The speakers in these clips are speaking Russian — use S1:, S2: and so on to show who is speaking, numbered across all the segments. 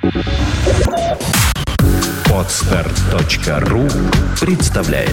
S1: Podster.ru представляет.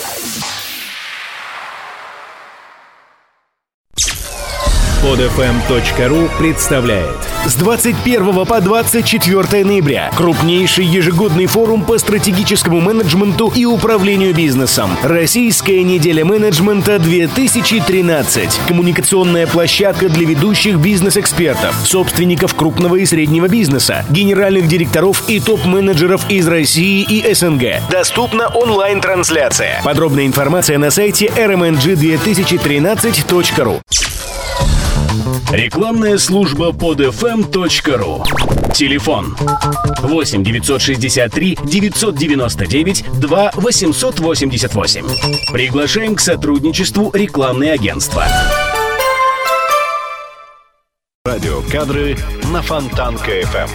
S1: Podfm.ru представляет. С 21 по 24 ноября крупнейший ежегодный форум по стратегическому менеджменту и управлению бизнесом. Российская неделя менеджмента 2013. Коммуникационная площадка для ведущих бизнес-экспертов, собственников крупного и среднего бизнеса, генеральных директоров и топ-менеджеров из России и СНГ. Доступна онлайн-трансляция. Подробная информация на сайте rmng2013.ru. Рекламная служба podfm.ru. Телефон 8 963 999 2 888. Приглашаем к сотрудничеству рекламные агентства. Радиокадры на Фонтанка-ФМ.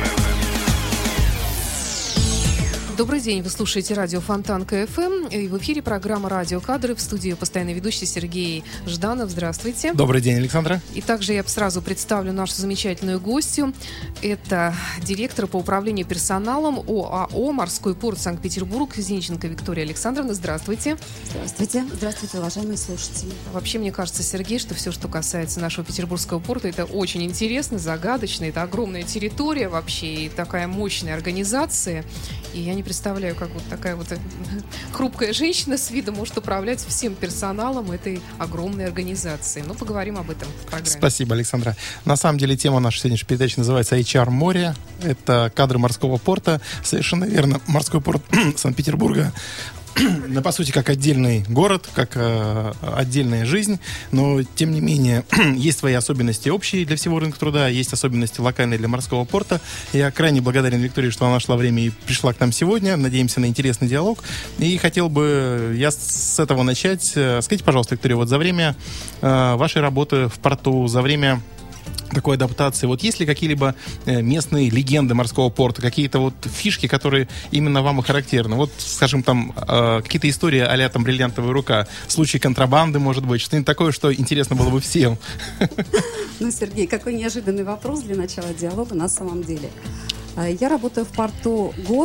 S2: Добрый день, вы слушаете радио Фонтанка-ФМ, и в эфире программа «Радиокадры», в студии постоянный ведущий Сергей Жданов. Здравствуйте.
S3: Добрый день, Александра.
S2: И также я сразу представлю нашу замечательную гостью. Это директор по управлению персоналом ОАО «Морской порт Санкт-Петербург» Зинченко Виктория Александровна. Здравствуйте.
S4: Здравствуйте. Здравствуйте, уважаемые слушатели.
S2: Вообще, мне кажется, Сергей, что все, что касается нашего петербургского порта, это очень интересно, загадочно. Это огромная территория вообще и такая мощная организация. И я не представляю, как вот такая вот хрупкая женщина с видом может управлять всем персоналом этой огромной организации. Но поговорим об этом в программе.
S3: Спасибо, Александра. На самом деле тема нашей сегодняшней передачи называется HR море. Это кадры морского порта. Совершенно верно. Морской порт Санкт-Петербурга, по сути, как отдельный город, как отдельная жизнь, но, тем не менее, есть свои особенности общие для всего рынка труда, есть особенности локальные для морского порта. Я крайне благодарен Виктории, что она нашла время и пришла к нам сегодня. Надеемся на интересный диалог. И хотел бы я с этого начать. Скажите, пожалуйста, Виктория, вот за время вашей работы в порту, за время такой адаптации, вот есть ли какие-либо местные легенды морского порта, какие-то вот фишки, которые именно вам и характерны? Вот, скажем, там какие-то истории а-ля там «Бриллиантовая рука», случаи контрабанды, может быть, что-нибудь такое, что интересно было бы всем.
S4: Ну, Сергей, какой неожиданный вопрос для начала диалога на самом деле. Я работаю в порту год.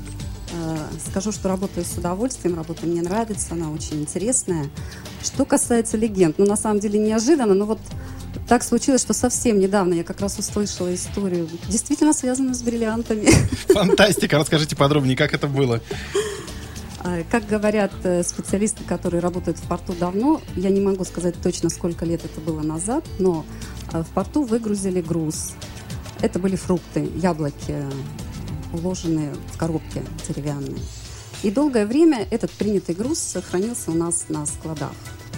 S4: Скажу, что работаю с удовольствием, работа мне нравится, она очень интересная. Что касается легенд, ну, на самом деле неожиданно, но вот так случилось, что совсем недавно я как раз услышала историю, действительно связанную с бриллиантами.
S3: Фантастика! Расскажите подробнее, как это было.
S4: Как говорят специалисты, которые работают в порту давно, я не могу сказать точно, сколько лет это было назад, но в порту выгрузили груз. Это были фрукты, яблоки, уложенные в коробки деревянные. И долгое время этот принятый груз хранился у нас на складах.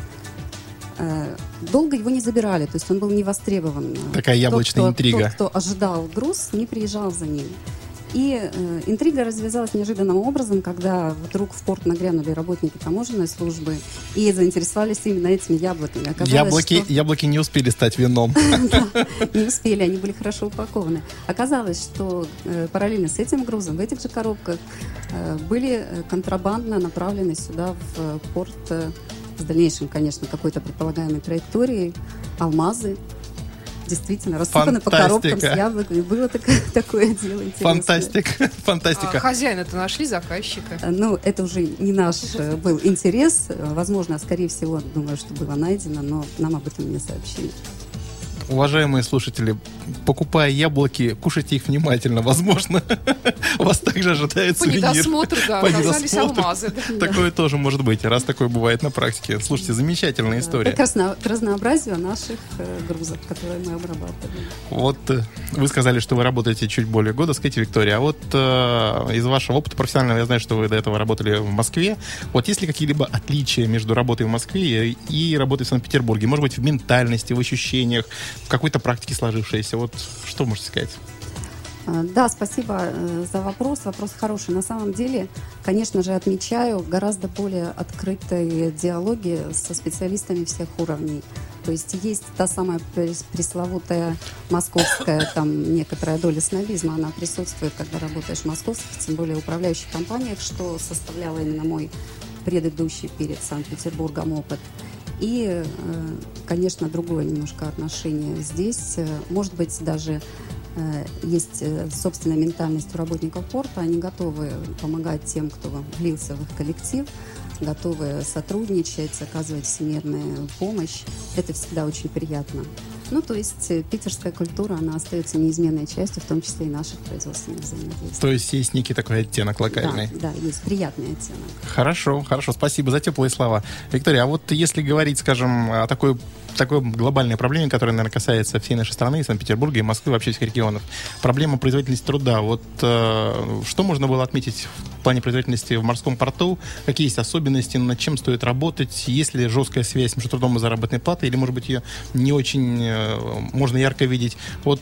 S4: Долго его не забирали, то есть он был не востребован.
S3: Такая яблочная интрига.
S4: Тот, кто ожидал груз, не приезжал за ним. И интрига развязалась неожиданным образом, когда вдруг в порт нагрянули работники таможенной службы и заинтересовались именно этими яблоками.
S3: Яблоки не успели стать вином.
S4: Не успели, они были хорошо упакованы. Оказалось, что параллельно с этим грузом в этих же коробках были контрабандно направлены сюда в порт с дальнейшим, конечно, какой-то предполагаемой траекторией алмазы. Действительно, рассыпаны по коробкам с яблоками. Было такое дело интересное.
S3: Фантастика.
S2: А хозяина-то нашли, заказчика?
S4: Ну, это уже не наш был интерес. Возможно, скорее всего, думаю, что было найдено, но нам об этом не сообщили.
S3: Уважаемые слушатели, покупая яблоки, кушайте их внимательно. Возможно, вас также ожидает сувенир.
S2: По недосмотру, да, оказались алмазы.
S3: Такое тоже может быть, раз такое бывает на практике. Слушайте, замечательная история.
S4: Как раз к разнообразию наших грузов, которые мы обрабатываем.
S3: Вот вы сказали, что вы работаете чуть более года. Скажите, Виктория, а вот из вашего опыта профессионального, я знаю, что вы до этого работали в Москве. Вот есть ли какие-либо отличия между работой в Москве и работой в Санкт-Петербурге? Может быть, в ментальности, в ощущениях, в какой-то практике сложившейся? Вот что можете сказать?
S4: Да, спасибо за вопрос. Вопрос хороший. На самом деле, конечно же, отмечаю гораздо более открытые диалоги со специалистами всех уровней. То есть есть та самая пресловутая московская, там некоторая доля снобизма, она присутствует, когда работаешь в московских, тем более управляющих компаниях, что составляло именно мой предыдущий перед Санкт-Петербургом опыт. И, конечно, другое немножко отношение здесь. Может быть, даже есть собственная ментальность у работников порта, они готовы помогать тем, кто влился в их коллектив, готовы сотрудничать, оказывать всемирную помощь. Это всегда очень приятно. Ну, то есть питерская культура, она остается неизменной частью, в том числе и наших производственных взаимодействий.
S3: То есть есть некий такой оттенок локальный.
S4: Да, есть приятный оттенок.
S3: Хорошо, спасибо за теплые слова. Виктория, а вот если говорить, скажем, о такой глобальной проблеме, которая, наверное, касается всей нашей страны, и Санкт-Петербурга, и Москвы, вообще всех регионов. Проблема производительности труда. Вот что можно было отметить в плане производительности в морском порту? Какие есть особенности, над чем стоит работать? Есть ли жесткая связь между трудом и заработной платой? Или, может быть, ее не очень можно ярко видеть? Вот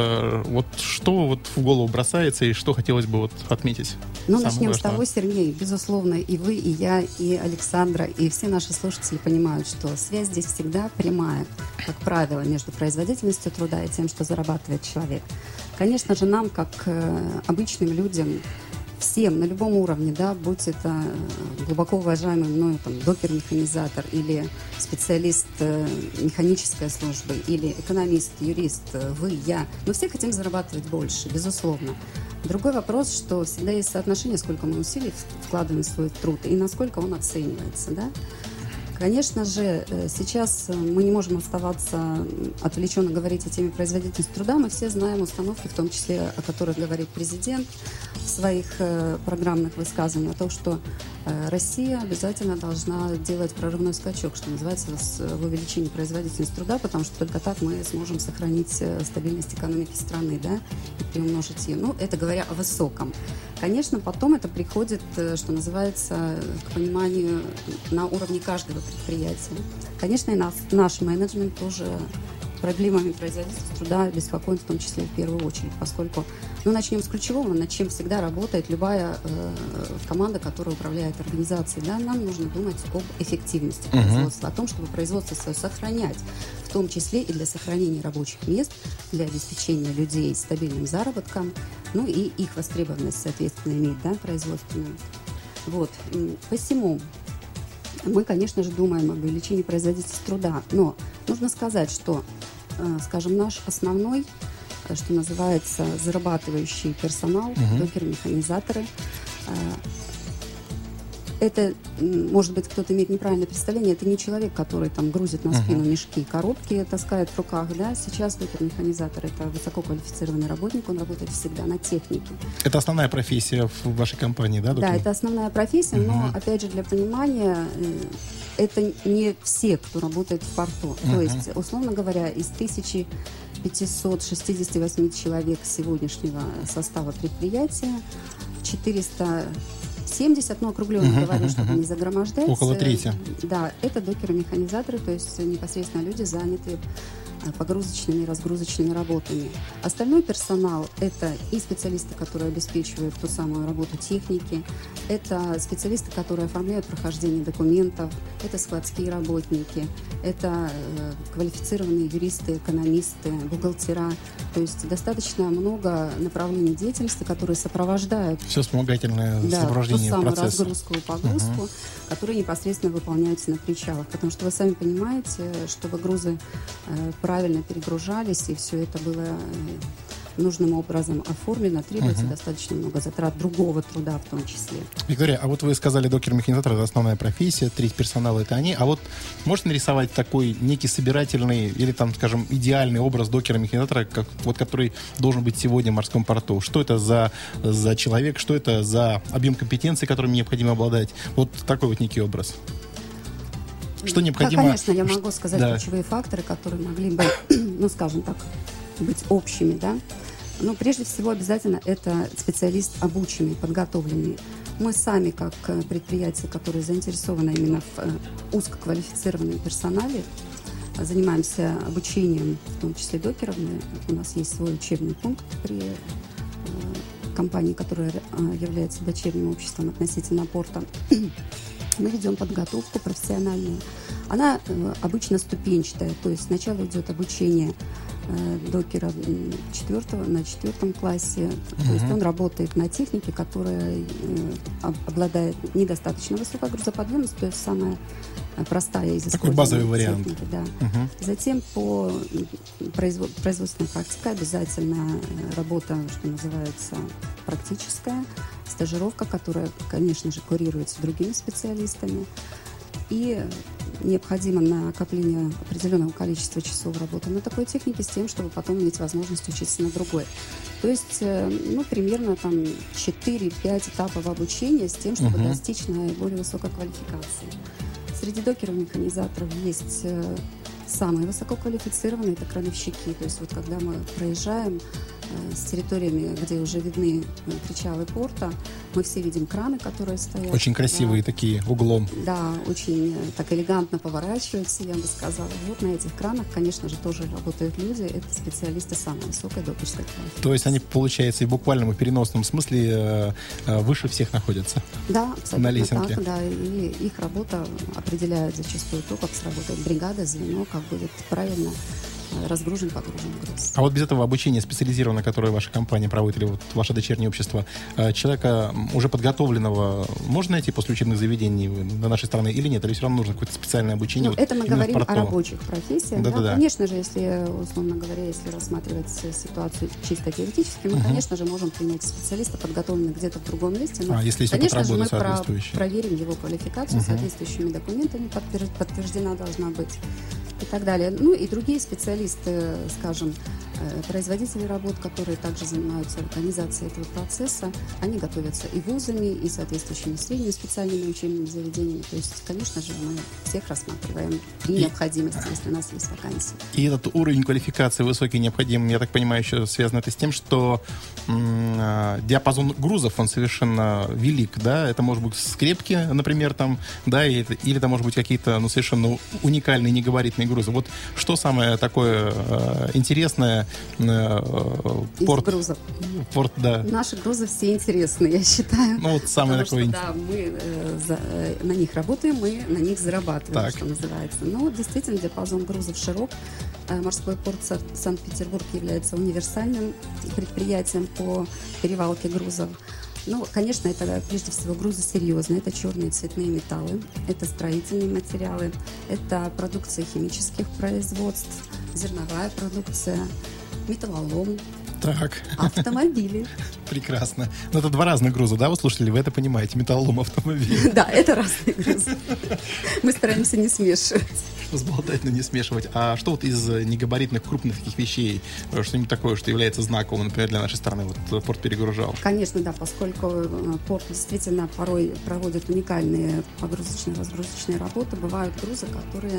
S3: что вот в голову бросается и что хотелось бы вот отметить?
S4: Ну, начнем с того, Сергей, безусловно, и вы, и я, и Александра, и все наши слушатели понимают, что связь здесь всегда прямая, как правило, между производительностью труда и тем, что зарабатывает человек. Конечно же, нам, как обычным людям, всем на любом уровне, да, будь это глубоко уважаемый мною докер-механизатор или специалист механической службы, или экономист, юрист, вы, я, мы все хотим зарабатывать больше, безусловно. Другой вопрос, что всегда есть соотношение, сколько мы усилий вкладываем в свой труд и насколько он оценивается, да. Конечно же, сейчас мы не можем оставаться отвлеченно говорить о теме производительности труда. Мы все знаем установки, в том числе о которых говорит президент в своих программных высказываниях, о том, что Россия обязательно должна делать прорывной скачок, что называется, в увеличении производительности труда, потому что только так мы сможем сохранить стабильность экономики страны, да, и приумножить ее. Ну, это говоря о высоком. Конечно, потом это приходит, что называется, к пониманию на уровне каждого предприятия. Конечно, и наш менеджмент тоже проблемами производительности труда обеспокоен, в том числе и в первую очередь, поскольку, начнем с ключевого, над чем всегда работает любая команда, которая управляет организацией. Да, нам нужно думать об эффективности производства, о том, чтобы производство свое сохранять, в том числе и для сохранения рабочих мест, для обеспечения людей стабильным заработком, и их востребованность, соответственно, иметь, да, производственную. Вот. Посему мы, конечно же, думаем об увеличении производительности труда, но нужно сказать, что, скажем, наш основной, что называется, зарабатывающий персонал, докеры-механизаторы, это, может быть, кто-то имеет неправильное представление, это не человек, который там грузит на спину мешки, коробки таскает в руках, да, сейчас докер-механизатор — это высококвалифицированный работник, он работает всегда на технике. Это основная профессия в вашей компании, да, докер? Да, это основная профессия, но, опять же, для понимания, это не все, кто работает в порту, то есть, условно говоря, из 1568 человек сегодняшнего состава предприятия 470, округленно говорю, чтобы не загромождать. Около трети. Да, это докеры-механизаторы, то есть непосредственно люди, занятые погрузочными и разгрузочными работами. Остальной персонал — это и специалисты, которые обеспечивают ту самую работу техники, это специалисты, которые оформляют прохождение документов, это складские работники, это квалифицированные юристы, экономисты, бухгалтера. То есть достаточно много направлений деятельности, которые сопровождают все вспомогательное сопровождение процесса. Ту самую разгрузку и погрузку, которые непосредственно выполняются на причалах. Потому что вы сами понимаете, чтобы грузы правильно перегружались, и все это было нужным образом оформлено, требуется достаточно много затрат другого труда в том числе. Виктория, а вот вы сказали, докер-механизатор — это основная профессия, треть персонала — это они. А вот можете нарисовать такой некий собирательный или там, скажем, идеальный образ докера-механизатора, который должен быть сегодня в морском порту? Что это за человек, что это за объем компетенций, которыми необходимо обладать? Вот такой вот некий образ. Что необходимо? Да, конечно, я могу сказать ключевые факторы, которые могли бы, скажем так, быть общими, да. Но прежде всего обязательно это специалист обученный, подготовленный. Мы сами, как предприятие, которое заинтересовано именно в узкоквалифицированном персонале, занимаемся обучением, в том числе докеров. У нас есть свой учебный пункт при компании, которая является дочерним обществом относительно порта. Мы ведем подготовку профессиональную. Она обычно ступенчатая, то есть сначала идет обучение докера на 4 классе. То есть он работает на технике, которая обладает недостаточно высокой грузоподъемностью, то есть самая простая из
S3: такой базовый вариант.
S4: Техники, да. Затем по производственной практике обязательно работа, что называется, практическая, стажировка, которая, конечно же, курируется другими специалистами. И необходимо накопление определенного количества часов работы на такой технике с тем, чтобы потом иметь возможность учиться на другой. То есть, примерно там 4-5 этапов обучения с тем, чтобы достичь наиболее высокой квалификации. Среди докеров-механизаторов есть самые высококвалифицированные, это крановщики. То есть вот когда мы проезжаем с территориями, где уже видны причалы порта, мы все видим краны, которые стоят.
S3: Очень красивые такие, углом.
S4: Да, очень так элегантно поворачиваются, я бы сказала. Вот на этих кранах, конечно же, тоже работают люди. Это специалисты самой высокой докерской квалификации.
S3: То есть они, получается, и в буквальном, и переносном смысле выше всех находятся?
S4: Да, абсолютно
S3: на лесенке.
S4: Так, да. И их работа определяет зачастую то, как сработает бригада, звено, как будет правильно разгружен-погружен груз.
S3: А вот без этого обучения специализированного, которое ваша компания проводит, или вот ваше дочернее общество, человека уже подготовленного можно найти после учебных заведений на нашей стране или нет? Или все равно нужно какое-то специальное обучение?
S4: Это мы говорим о рабочих профессиях.
S3: Да.
S4: Конечно же, если, условно говоря, если рассматривать ситуацию чисто теоретически, мы, конечно же, можем принять специалиста, подготовленного где-то в другом месте. Но,
S3: если есть
S4: конечно
S3: опыт
S4: же, мы
S3: работы
S4: проверим его квалификацию соответствующими документами, подтверждена должна быть. И так далее. Ну и другие специалисты, скажем, производители работ, которые также занимаются организацией этого процесса, они готовятся и вузами, и соответствующими средними специальными учебными заведениями. То есть, конечно же, мы всех рассматриваем при необходимости, если у нас есть вакансии.
S3: И этот уровень квалификации высокий необходим, я так понимаю, еще связано это с тем, что диапазон грузов, он совершенно велик, да? Это может быть скрепки, например, там, да, или это может быть какие-то, совершенно уникальные, негабаритные грузы. Вот что самое такое интересное
S4: из грузов?
S3: Порт, да.
S4: Наши грузы все интересны, я считаю.
S3: Вот самое такое.
S4: Да, мы на них работаем, мы на них зарабатываем, что называется. Но действительно диапазон грузов широк. Морской порт Санкт-Петербург является универсальным предприятием по перевалке грузов. Конечно, это прежде всего грузы серьезные. Это черные цветные металлы, это строительные материалы, это продукция химических производств, зерновая продукция, металлолом,
S3: так.
S4: автомобили.
S3: Прекрасно. Но это два разных груза, да, вы слушатели? Вы это понимаете, металлолом, автомобиль.
S4: Да, это разные грузы. Мы стараемся не смешивать.
S3: Сболтать, но не смешивать. А что вот из негабаритных крупных таких вещей, что-нибудь такое, что является знаковым, например, для нашей страны, вот порт перегружал?
S4: Конечно, да, поскольку порт действительно порой проводит уникальные погрузочно-разгрузочные работы, бывают грузы, которые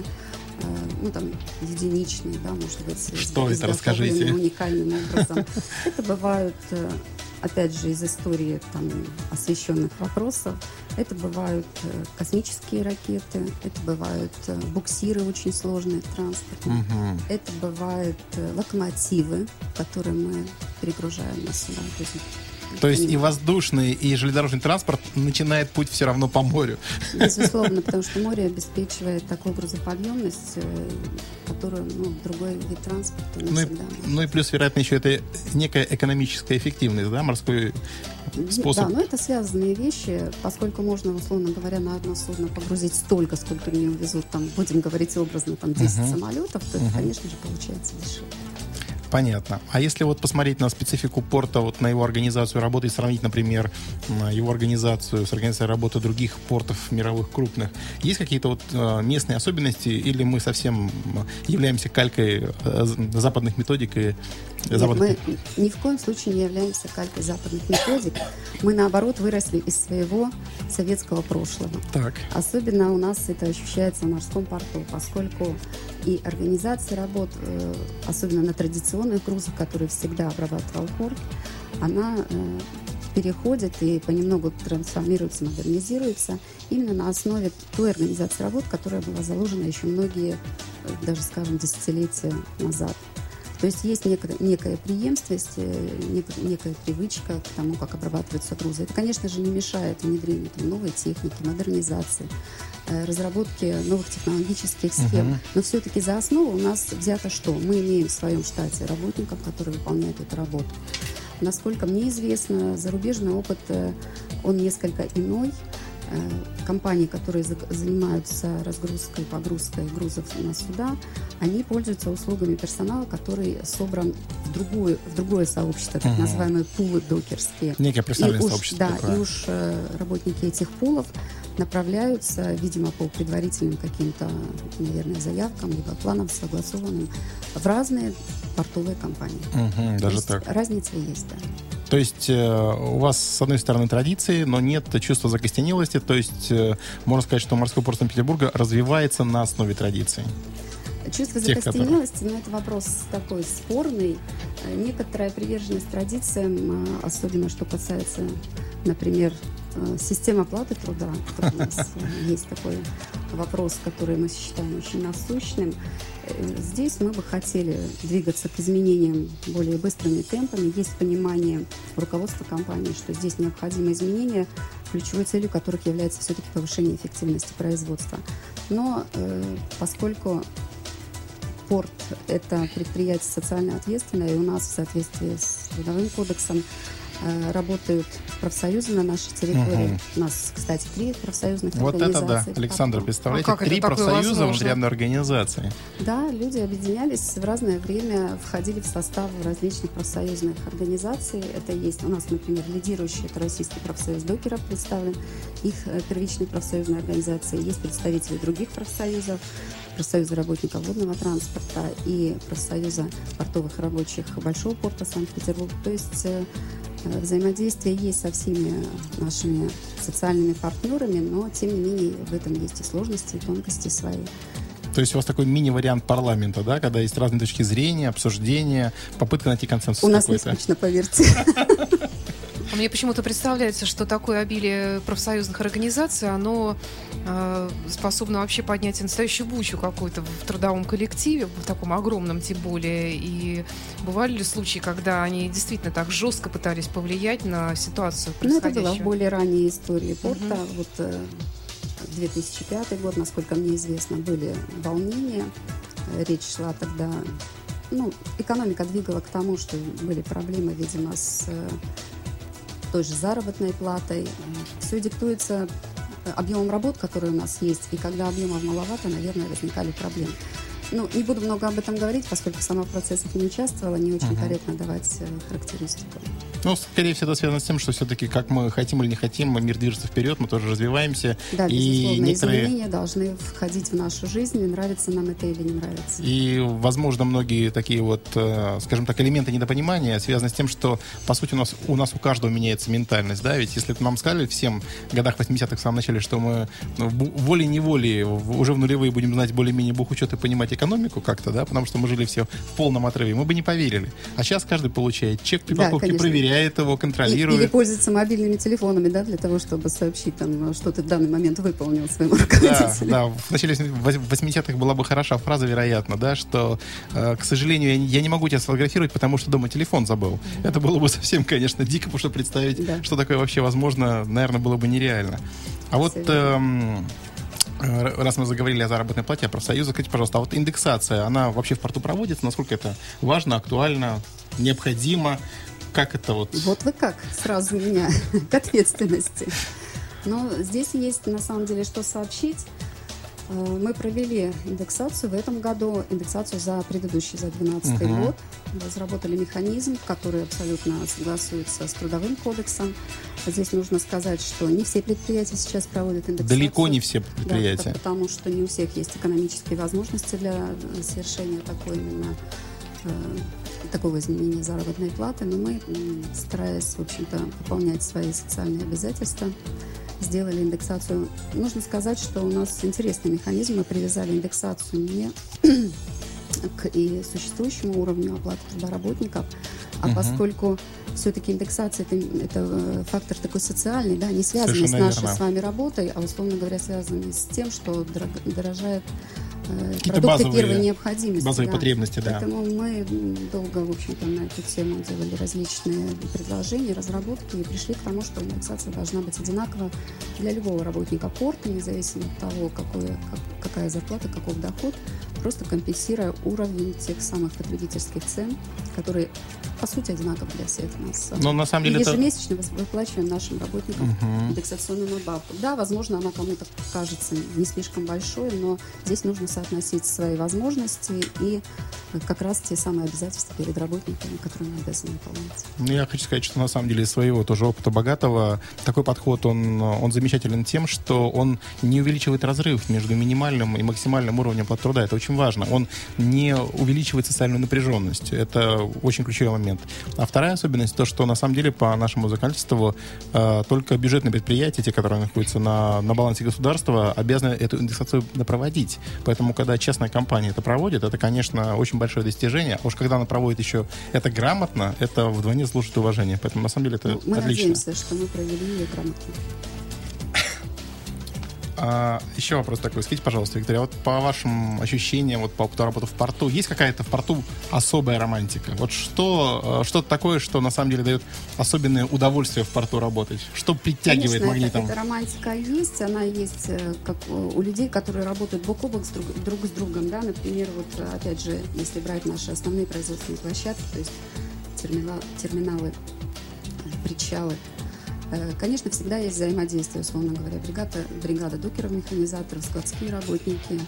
S4: единичные, да, может быть,
S3: что это, расскажите.
S4: Уникальным образом. Это бывают, опять же, из истории освещенных вопросов. Это бывают космические ракеты, это бывают буксиры очень сложные, транспортные. Это бывают локомотивы, которые мы перегружаем на сюда.
S3: То есть и воздушный, и железнодорожный транспорт начинает путь все равно по морю.
S4: Безусловно, потому что море обеспечивает такую грузоподъемность, которую другой вид транспорта не всегда.
S3: И плюс, вероятно, еще это некая экономическая эффективность, да, морской способ.
S4: Да, это связанные вещи, поскольку можно, условно говоря, на одно судно погрузить столько, сколько в нее везут, будем говорить образно, 10 самолетов, то это, конечно же, получается дешевле.
S3: Понятно. А если вот посмотреть на специфику порта, вот на его организацию работы и сравнить, например, его организацию с организацией работы других портов мировых крупных, есть какие-то вот местные особенности или мы совсем являемся калькой западных методик и
S4: мы ни в коем случае не являемся калькой западных методик. Мы, наоборот, выросли из своего советского прошлого.
S3: Так.
S4: Особенно у нас это ощущается в морском порту, поскольку и организация работ, особенно на традиционных грузах, которые всегда обрабатывал порт, она переходит и понемногу трансформируется, модернизируется именно на основе той организации работ, которая была заложена еще многие, даже, скажем, десятилетия назад. То есть есть некая преемственность, некая привычка к тому, как обрабатываются грузы. Это, конечно же, не мешает внедрению новой техники, модернизации, разработки новых технологических схем. Но все-таки за основу у нас взято что? Мы имеем в своем штате работников, которые выполняют эту работу. Насколько мне известно, зарубежный опыт, он несколько иной. Компании, которые занимаются разгрузкой, погрузкой грузов на суда, они пользуются услугами персонала, который собран в другое сообщество, так называемые пулы докерские.
S3: Некое профессиональное сообщество.
S4: Да,
S3: такое.
S4: и уж работники этих пулов направляются, видимо, по предварительным каким-то, наверное, заявкам, либо планам согласованным в разные портовые компании.
S3: Даже так.
S4: Разница есть, да.
S3: То есть у вас, с одной стороны, традиции, но нет чувства закостенелости. То есть можно сказать, что морской порт Санкт-Петербурга развивается на основе традиций.
S4: Чувство закостенелости, но это вопрос такой спорный. Некоторая приверженность традициям, особенно что касается, например, системы оплаты труда. У нас есть такой вопрос, который мы считаем очень насущным. Здесь мы бы хотели двигаться к изменениям более быстрыми темпами. Есть понимание руководства компании, что здесь необходимы изменения, ключевой целью которых является все-таки повышение эффективности производства. Но поскольку порт – это предприятие социально ответственное, и у нас в соответствии с Трудовым кодексом работают профсоюзы на нашей территории. У нас, кстати, 3 профсоюзных организации.
S3: Вот это да, Александр, представляете, 3 профсоюза внутри одной организации.
S4: Да, люди объединялись в разное время, входили в состав различных профсоюзных организаций. Это есть у нас, например, лидирующий, это Российский профсоюз докеров представлен, их первичной профсоюзной организации. Есть представители других профсоюзов, профсоюза работников водного транспорта и профсоюза портовых рабочих Большого порта Санкт-Петербург. То есть взаимодействие есть со всеми нашими социальными партнерами, но, тем не менее, в этом есть и сложности, и тонкости свои.
S3: То есть у вас такой мини-вариант парламента, да, когда есть разные точки зрения, обсуждения, попытка найти консенсус
S4: какой-то. У нас
S3: какой-то.
S4: не скучно, поверьте.
S2: Мне почему-то представляется, что такое обилие профсоюзных организаций, оно способно вообще поднять настоящую бучу какую-то в трудовом коллективе, в таком огромном тем более. И бывали ли случаи, когда они действительно так жестко пытались повлиять на ситуацию происходящую?
S4: Это было в более ранней истории порта. Вот 2005 год, насколько мне известно, были волнения. Речь шла тогда... экономика двигала к тому, что были проблемы, видимо, с той же заработной платой. Все диктуется объемом работ, которые у нас есть, и когда объемов маловато, наверное, возникали проблемы. Не буду много об этом говорить, поскольку сама в процессах не участвовала, не очень корректно давать характеристику.
S3: Скорее всего, это связано с тем, что все-таки, как мы хотим или не хотим, мир движется вперед, мы тоже развиваемся.
S4: Да, безусловно, изменения должны входить в нашу жизнь, и нравится нам это или не нравится.
S3: И, возможно, многие такие скажем так, элементы недопонимания связаны с тем, что, по сути, у нас у каждого меняется ментальность, да, ведь если нам сказали всем в годах 80-х, в самом начале, что мы волей-неволей уже в нулевые будем знать более-менее бухучет и понимать экономику как-то, да, потому что мы жили все в полном отрыве, мы бы не поверили. А сейчас каждый получает чек при покупке, проверяет его, контролирует.
S4: Или пользуется мобильными телефонами, да, для того, чтобы сообщить, что ты в данный момент выполнил своему руководителю.
S3: Да, в начале 80-х была бы хороша фраза, вероятно, да, что, к сожалению, я не могу тебя сфотографировать, потому что дома телефон забыл. Это было бы совсем, конечно, дико, потому что представить, что такое вообще возможно, наверное, было бы нереально. А вот... Раз мы заговорили о заработной плате, о профсоюзах, скажите, пожалуйста, а вот индексация, она вообще в порту проводится? Насколько это важно, актуально, необходимо? Как это вот?
S4: Вот вы как сразу меня к ответственности. Но здесь есть, на самом деле, что сообщить. Мы провели индексацию в этом году, индексацию за предыдущий, за 2012 год. Разработали механизм, который абсолютно согласуется с Трудовым кодексом. Здесь нужно сказать, что не все предприятия сейчас проводят индексацию.
S3: Далеко не все предприятия.
S4: Да, потому что не у всех есть экономические возможности для совершения такого изменения заработной платы. Но мы, стараясь, в общем-то, выполнять свои социальные обязательства, сделали индексацию. Нужно сказать, что у нас интересный механизм. Мы привязали индексацию не к и существующему уровню оплаты труда работников, а поскольку все-таки индексация это фактор такой социальный, да, не связанный с нашей с вами работой, а, условно говоря, связанный с тем, что дорожает продукты первой необходимости.
S3: Базовые потребности, да.
S4: Поэтому мы долго, в общем-то, на эту тему делали различные предложения, разработки и пришли к тому, что индексация должна быть одинакова для любого работника порта, независимо от того, какая зарплата, каков доход, просто компенсируя уровень тех самых потребительских цен, которые, по сути, одинаковы для всех нас.
S3: Но на самом деле
S4: ежемесячно выплачиваем нашим работникам индексационную надбавку. Да, возможно, она кому-то кажется не слишком большой, но здесь нужно соотносить свои возможности и как раз те самые обязательства перед работниками, которые мы обязаны выполнять.
S3: Ну, я хочу сказать, что на самом деле из своего тоже опыта богатого такой подход, он замечателен тем, что он не увеличивает разрыв между минимальным и максимальным уровнем платы труда. Это очень важно. Он не увеличивает социальную напряженность. Это очень ключевой момент. А вторая особенность, то, что на самом деле по нашему законодательству только бюджетные предприятия, те, которые находятся на балансе государства, обязаны эту индексацию проводить. Поэтому, когда частная компания это проводит, это, конечно, очень большое достижение. А уж когда она проводит еще это грамотно, это вдвойне заслуживает уважения. Поэтому, на самом деле, это
S4: мы
S3: отлично.
S4: Надеемся, что мы провели ее грамотно.
S3: Еще вопрос такой. Скажите, пожалуйста, Виктория, вот по вашим ощущениям, вот по опыту работы в порту, есть какая-то в порту особая романтика? Вот что-то такое, что на самом деле дает особенное удовольствие в порту работать? Что притягивает магнитом?
S4: Эта романтика есть. Она есть как у людей, которые работают бок о бок друг с другом. Да? Например, вот опять же, если брать наши основные производственные площадки, то есть терминалы, причалы, конечно, всегда есть взаимодействие, условно говоря, бригада докеров-механизаторов, складские работники,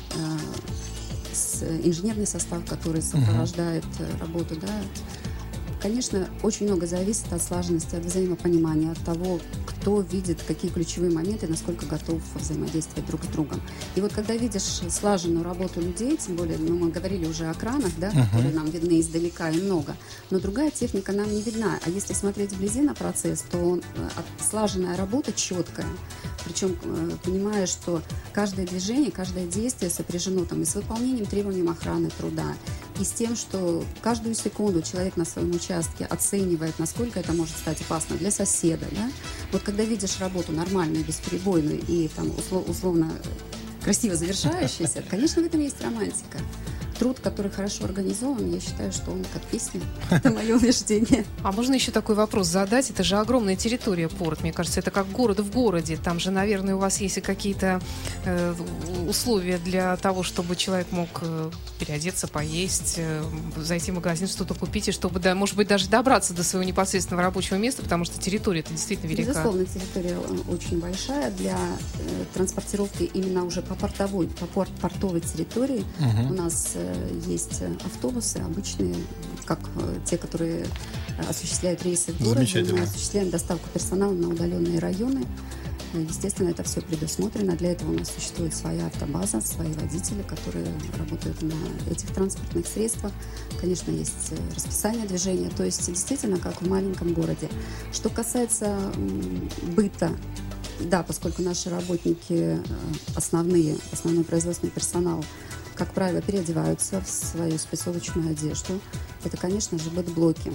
S4: инженерный состав, который сопровождает работу. Да. Конечно, очень много зависит от слаженности, от взаимопонимания, от того, кто видит какие ключевые моменты, насколько готов взаимодействовать друг с другом. И вот когда видишь слаженную работу людей, тем более, мы говорили уже о кранах, да, которые нам видны издалека и много, но другая техника нам не видна. А если смотреть вблизи на процесс, то слаженная работа четкая. Причем понимая, что каждое движение, каждое действие сопряжено там, и с выполнением требований охраны труда, и с тем, что каждую секунду человек на своем участке оценивает, насколько это может стать опасно для соседа. Да? Вот когда видишь работу нормальную, бесперебойную и там, условно красиво завершающуюся, конечно, в этом есть романтика. Труд, который хорошо организован, я считаю, что он как песня. Это мое убеждение.
S2: А можно еще такой вопрос задать? Это же огромная территория, порт. Мне кажется, это как город в городе. Там же, наверное, у вас есть и какие-то условия для того, чтобы человек мог переодеться, поесть, зайти в магазин, что-то купить, и чтобы, да, может быть, даже добраться до своего непосредственного рабочего места, потому что территория-то действительно велика.
S4: Безусловно, территория очень большая. Для транспортировки именно уже по портовой территории у нас есть автобусы обычные, как те, которые осуществляют рейсы в городе. Мы осуществляем доставку персонала на удаленные районы. Естественно, это все предусмотрено. Для этого у нас существует своя автобаза, свои водители, которые работают на этих транспортных средствах. Конечно, есть расписание движения. То есть, действительно, как в маленьком городе. Что касается быта, да, поскольку наши работники, основной производственный персонал, как правило, переодеваются в свою спецовочную одежду. Это, конечно же, бэт-блоки.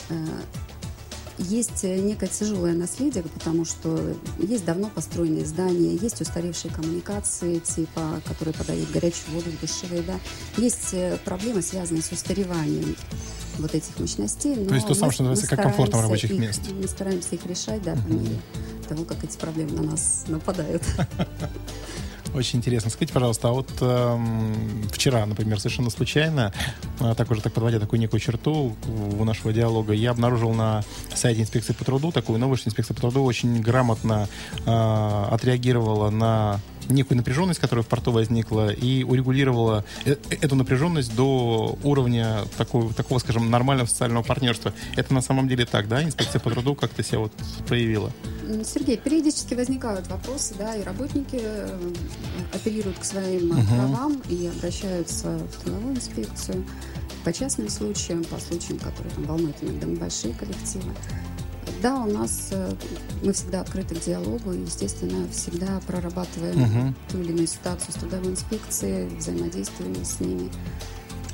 S4: Есть некое тяжелое наследие, потому что есть давно построенные здания, есть устаревшие коммуникации, типа, которые подают горячую воду, душевые, да. Есть проблемы, связанные с устареванием вот этих мощностей.
S3: То есть то самое, что называется, как комфортом рабочих мест.
S4: Мы стараемся их решать, да, по мере того, как эти проблемы на нас нападают.
S3: Очень интересно. Скажите, пожалуйста, а вот вчера, например, совершенно случайно, так подводя такую некую черту у нашего диалога, я обнаружил на сайте инспекции по труду такую новость, что инспекция по труду очень грамотно отреагировала на некую напряженность, которая в порту возникла, и урегулировала эту напряженность до уровня такого, скажем, нормального социального партнерства. Это на самом деле так, да? Инспекция по труду как-то себя вот проявила?
S4: Сергей, периодически возникают вопросы, да, и работники апеллируют к своим правам и обращаются в трудовую инспекцию по частным случаям, по случаям, которые там волнуют иногда небольшие коллективы. Да, у нас мы всегда открыты к диалогу и, естественно, всегда прорабатываем ту или иную ситуацию с трудовой инспекцией, взаимодействуем с ними.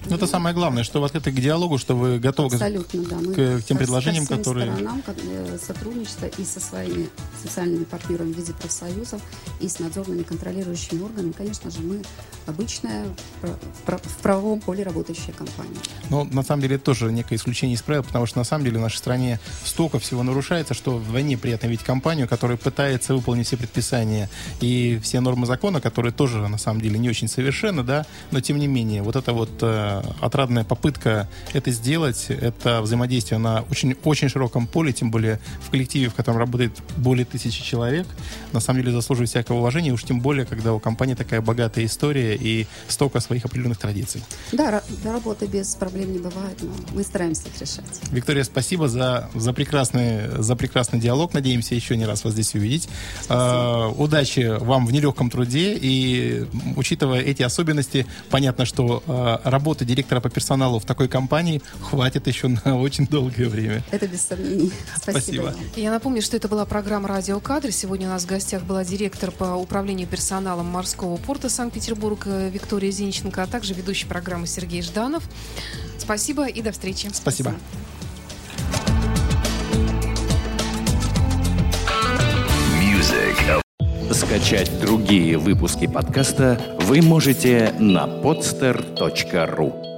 S3: Ну, это самое главное, что вы открыты к диалогу, что вы готовы
S4: абсолютно, да. Мы
S3: к тем предложениям,
S4: ко всем
S3: которые...
S4: сторонам сотрудничества и со своими социальными партнерами в виде профсоюзов, и с надзорными контролирующими органами. Конечно же, мы обычная в правовом поле работающая компания.
S3: Но на самом деле это тоже некое исключение из правил, потому что на самом деле в нашей стране столько всего нарушается, что вдвойне приятно видеть компанию, которая пытается выполнить все предписания и все нормы закона, которые тоже на самом деле не очень совершенны, да, но тем не менее вот эта вот отрадная попытка это сделать, это взаимодействие на очень, очень широком поле, тем более в коллективе, в котором работает более 1000 человек, на самом деле заслуживает всякого уважения, уж тем более, когда у компании такая богатая история и столько своих определенных традиций.
S4: Да, работы без проблем не бывает, но мы стараемся их решать.
S3: Виктория, спасибо за прекрасный диалог. Надеемся еще не раз вас здесь увидеть. Удачи вам в нелегком труде. И учитывая эти особенности, понятно, что работы директора по персоналу в такой компании хватит еще на очень долгое время.
S4: Это без сомнений. Спасибо.
S2: Я напомню, что это была программа «Радиокадры». Сегодня у нас в гостях была директор по управлению персоналом морского порта Санкт-Петербург Виктория Зинченко, а также ведущий программы Сергей Жданов. Спасибо и до встречи.
S3: Спасибо.
S1: Скачать другие выпуски подкаста вы можете на podster.ru.